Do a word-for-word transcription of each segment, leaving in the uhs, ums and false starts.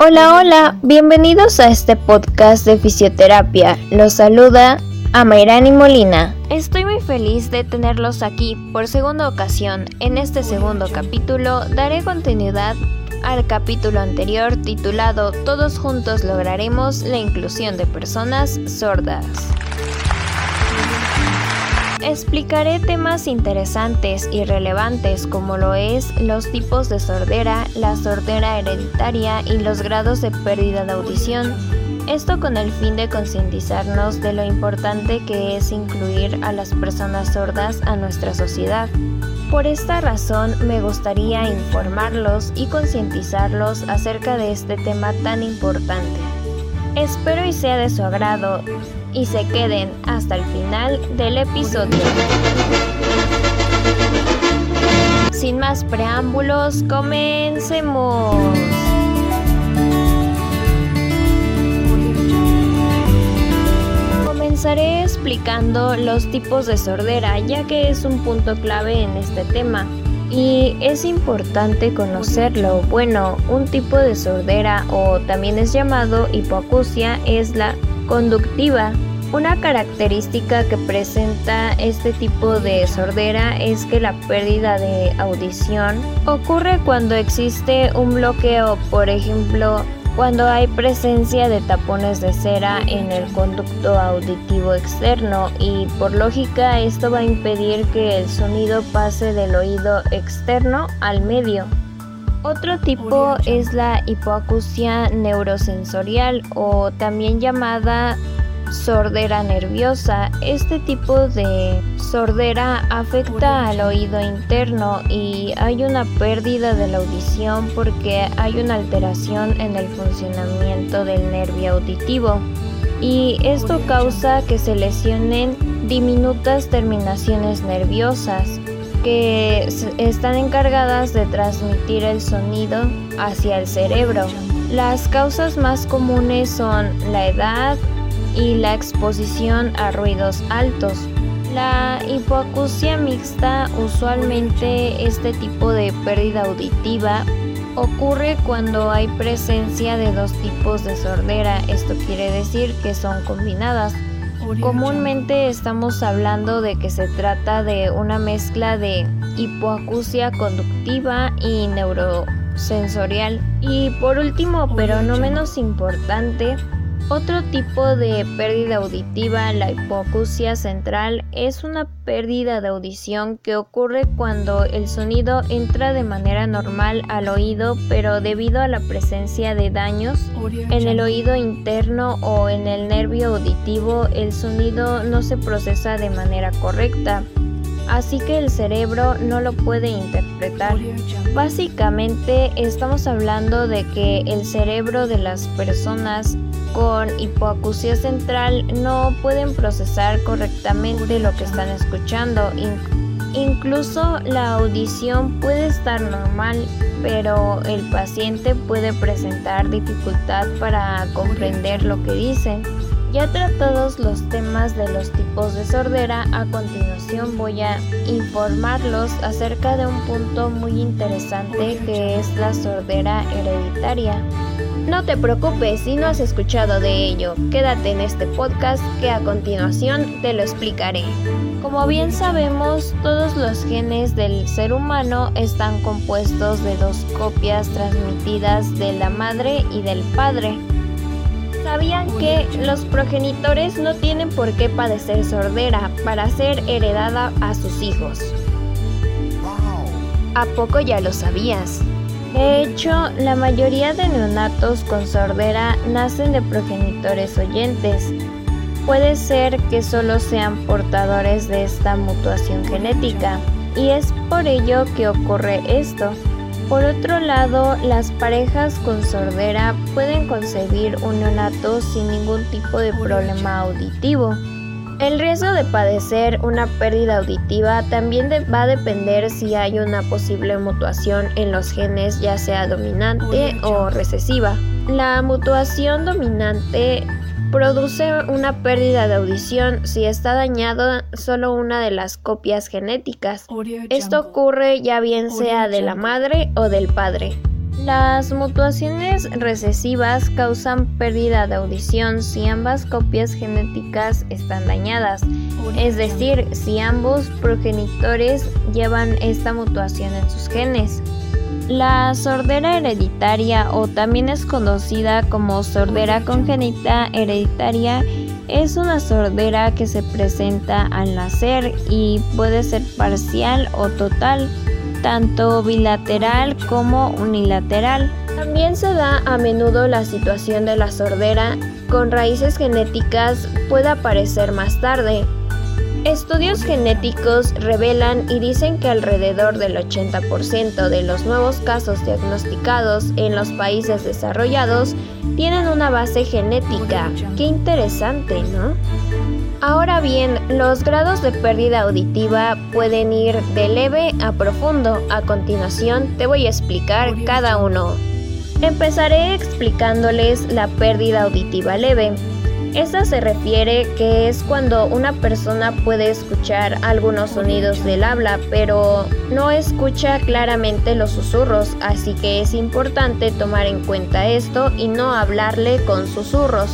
Hola, hola, bienvenidos a este podcast de fisioterapia. Los saluda Amairani Molina. Estoy muy feliz de tenerlos aquí por segunda ocasión. En este segundo capítulo daré continuidad al capítulo anterior titulado Todos juntos lograremos la inclusión de personas sordas. Explicaré temas interesantes y relevantes como lo es los tipos de sordera, la sordera hereditaria y los grados de pérdida de audición. Esto con el fin de concientizarnos de lo importante que es incluir a las personas sordas a nuestra sociedad. Por esta razón me gustaría informarlos y concientizarlos acerca de este tema tan importante. Espero y sea de su agrado y se queden hasta el final del episodio. Sin más preámbulos, comencemos. Comenzaré explicando los tipos de sordera, ya que es un punto clave en este tema. Y es importante conocerlo. Bueno, un tipo de sordera, o también es llamado hipoacusia, es la conductiva. Una característica que presenta este tipo de sordera es que la pérdida de audición ocurre cuando existe un bloqueo, por ejemplo, cuando hay presencia de tapones de cera en el conducto auditivo externo, y por lógica esto va a impedir que el sonido pase del oído externo al medio. Otro tipo es la hipoacusia neurosensorial, o también llamada sordera nerviosa. Este tipo de sordera afecta al oído interno y hay una pérdida de la audición porque hay una alteración en el funcionamiento del nervio auditivo, y esto causa que se lesionen diminutas terminaciones nerviosas que están encargadas de transmitir el sonido hacia el cerebro. Las causas más comunes son la edad y la exposición a ruidos altos. La hipoacusia mixta, usualmente este tipo de pérdida auditiva ocurre cuando hay presencia de dos tipos de sordera. Esto quiere decir que son combinadas. Comúnmente estamos hablando de que se trata de una mezcla de hipoacusia conductiva y neurosensorial. Y por último, pero no menos importante, otro tipo de pérdida auditiva, la hipoacusia central, es una pérdida de audición que ocurre cuando el sonido entra de manera normal al oído, pero debido a la presencia de daños en el oído interno o en el nervio auditivo, el sonido no se procesa de manera correcta, así que el cerebro no lo puede interpretar. Básicamente estamos hablando de que el cerebro de las personas con hipoacusia central no pueden procesar correctamente lo que están escuchando. Incluso la audición puede estar normal, pero el paciente puede presentar dificultad para comprender lo que dicen. Ya tratados los temas de los tipos de sordera, a continuación voy a informarlos acerca de un punto muy interesante que es la sordera hereditaria. No te preocupes si no has escuchado de ello, quédate en este podcast que a continuación te lo explicaré. Como bien sabemos, todos los genes del ser humano están compuestos de dos copias transmitidas de la madre y del padre. ¿Sabían que los progenitores no tienen por qué padecer sordera para ser heredada a sus hijos? ¿A poco ya lo sabías? De hecho, la mayoría de neonatos con sordera nacen de progenitores oyentes. Puede ser que solo sean portadores de esta mutación genética, y es por ello que ocurre esto. Por otro lado, las parejas con sordera pueden concebir un neonato sin ningún tipo de problema auditivo. El riesgo de padecer una pérdida auditiva también de, va a depender si hay una posible mutación en los genes, ya sea dominante o recesiva. La mutación dominante produce una pérdida de audición si está dañado solo una de las copias genéticas. Esto ocurre ya bien sea de la madre o del padre. Las mutuaciones recesivas causan pérdida de audición si ambas copias genéticas están dañadas, es decir, si ambos progenitores llevan esta mutuación en sus genes. La sordera hereditaria, o también es conocida como sordera congénita hereditaria, es una sordera que se presenta al nacer y puede ser parcial o total, tanto bilateral como unilateral. También se da a menudo la situación de la sordera con raíces genéticas, puede aparecer más tarde. Estudios genéticos revelan y dicen que alrededor del ochenta por ciento de los nuevos casos diagnosticados en los países desarrollados tienen una base genética. Qué interesante, ¿no? Ahora bien, los grados de pérdida auditiva pueden ir de leve a profundo. A continuación te voy a explicar cada uno. Empezaré explicándoles la pérdida auditiva leve. Esta se refiere que es cuando una persona puede escuchar algunos sonidos del habla, pero no escucha claramente los susurros, así que es importante tomar en cuenta esto y no hablarle con susurros.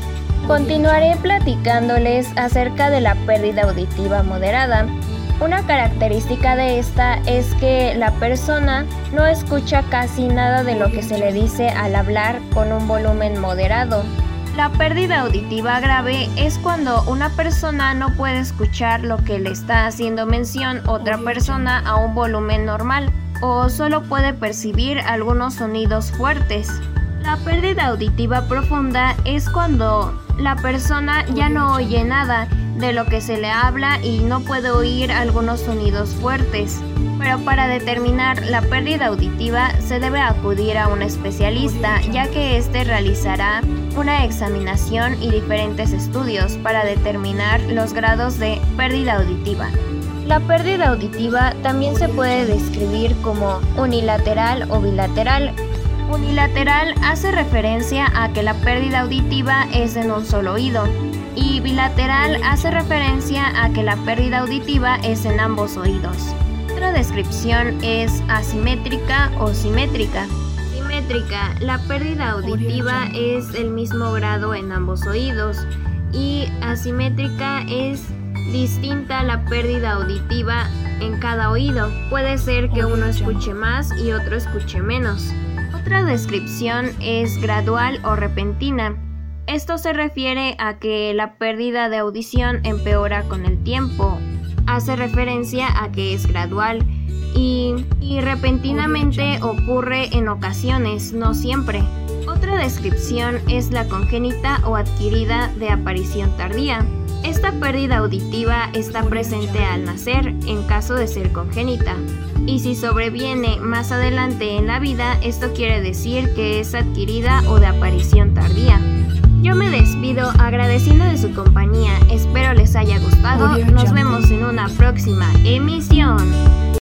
Continuaré platicándoles acerca de la pérdida auditiva moderada. Una característica de esta es que la persona no escucha casi nada de lo que se le dice al hablar con un volumen moderado. La pérdida auditiva grave es cuando una persona no puede escuchar lo que le está haciendo mención otra persona a un volumen normal, o solo puede percibir algunos sonidos fuertes. La pérdida auditiva profunda es cuando la persona ya no oye nada de lo que se le habla y no puede oír algunos sonidos fuertes. Pero para determinar la pérdida auditiva se debe acudir a un especialista, ya que éste realizará una examinación y diferentes estudios para determinar los grados de pérdida auditiva. La pérdida auditiva también se puede describir como unilateral o bilateral. Unilateral hace referencia a que la pérdida auditiva es en un solo oído, y bilateral hace referencia a que la pérdida auditiva es en ambos oídos. Otra descripción es asimétrica o simétrica. Simétrica, la pérdida auditiva es el mismo grado en ambos oídos, y asimétrica es distinta la pérdida auditiva en cada oído. Puede ser que uno escuche más y otro escuche menos. Otra descripción es gradual o repentina. Esto se refiere a que la pérdida de audición empeora con el tiempo. Hace referencia a que es gradual y, y repentinamente ocurre en ocasiones, no siempre. Otra descripción es la congénita o adquirida de aparición tardía. Esta pérdida auditiva está presente al nacer en caso de ser congénita, y si sobreviene más adelante en la vida, esto quiere decir que es adquirida o de aparición tardía. Yo me despido agradeciendo de su compañía, espero les haya gustado, nos vemos en una próxima emisión.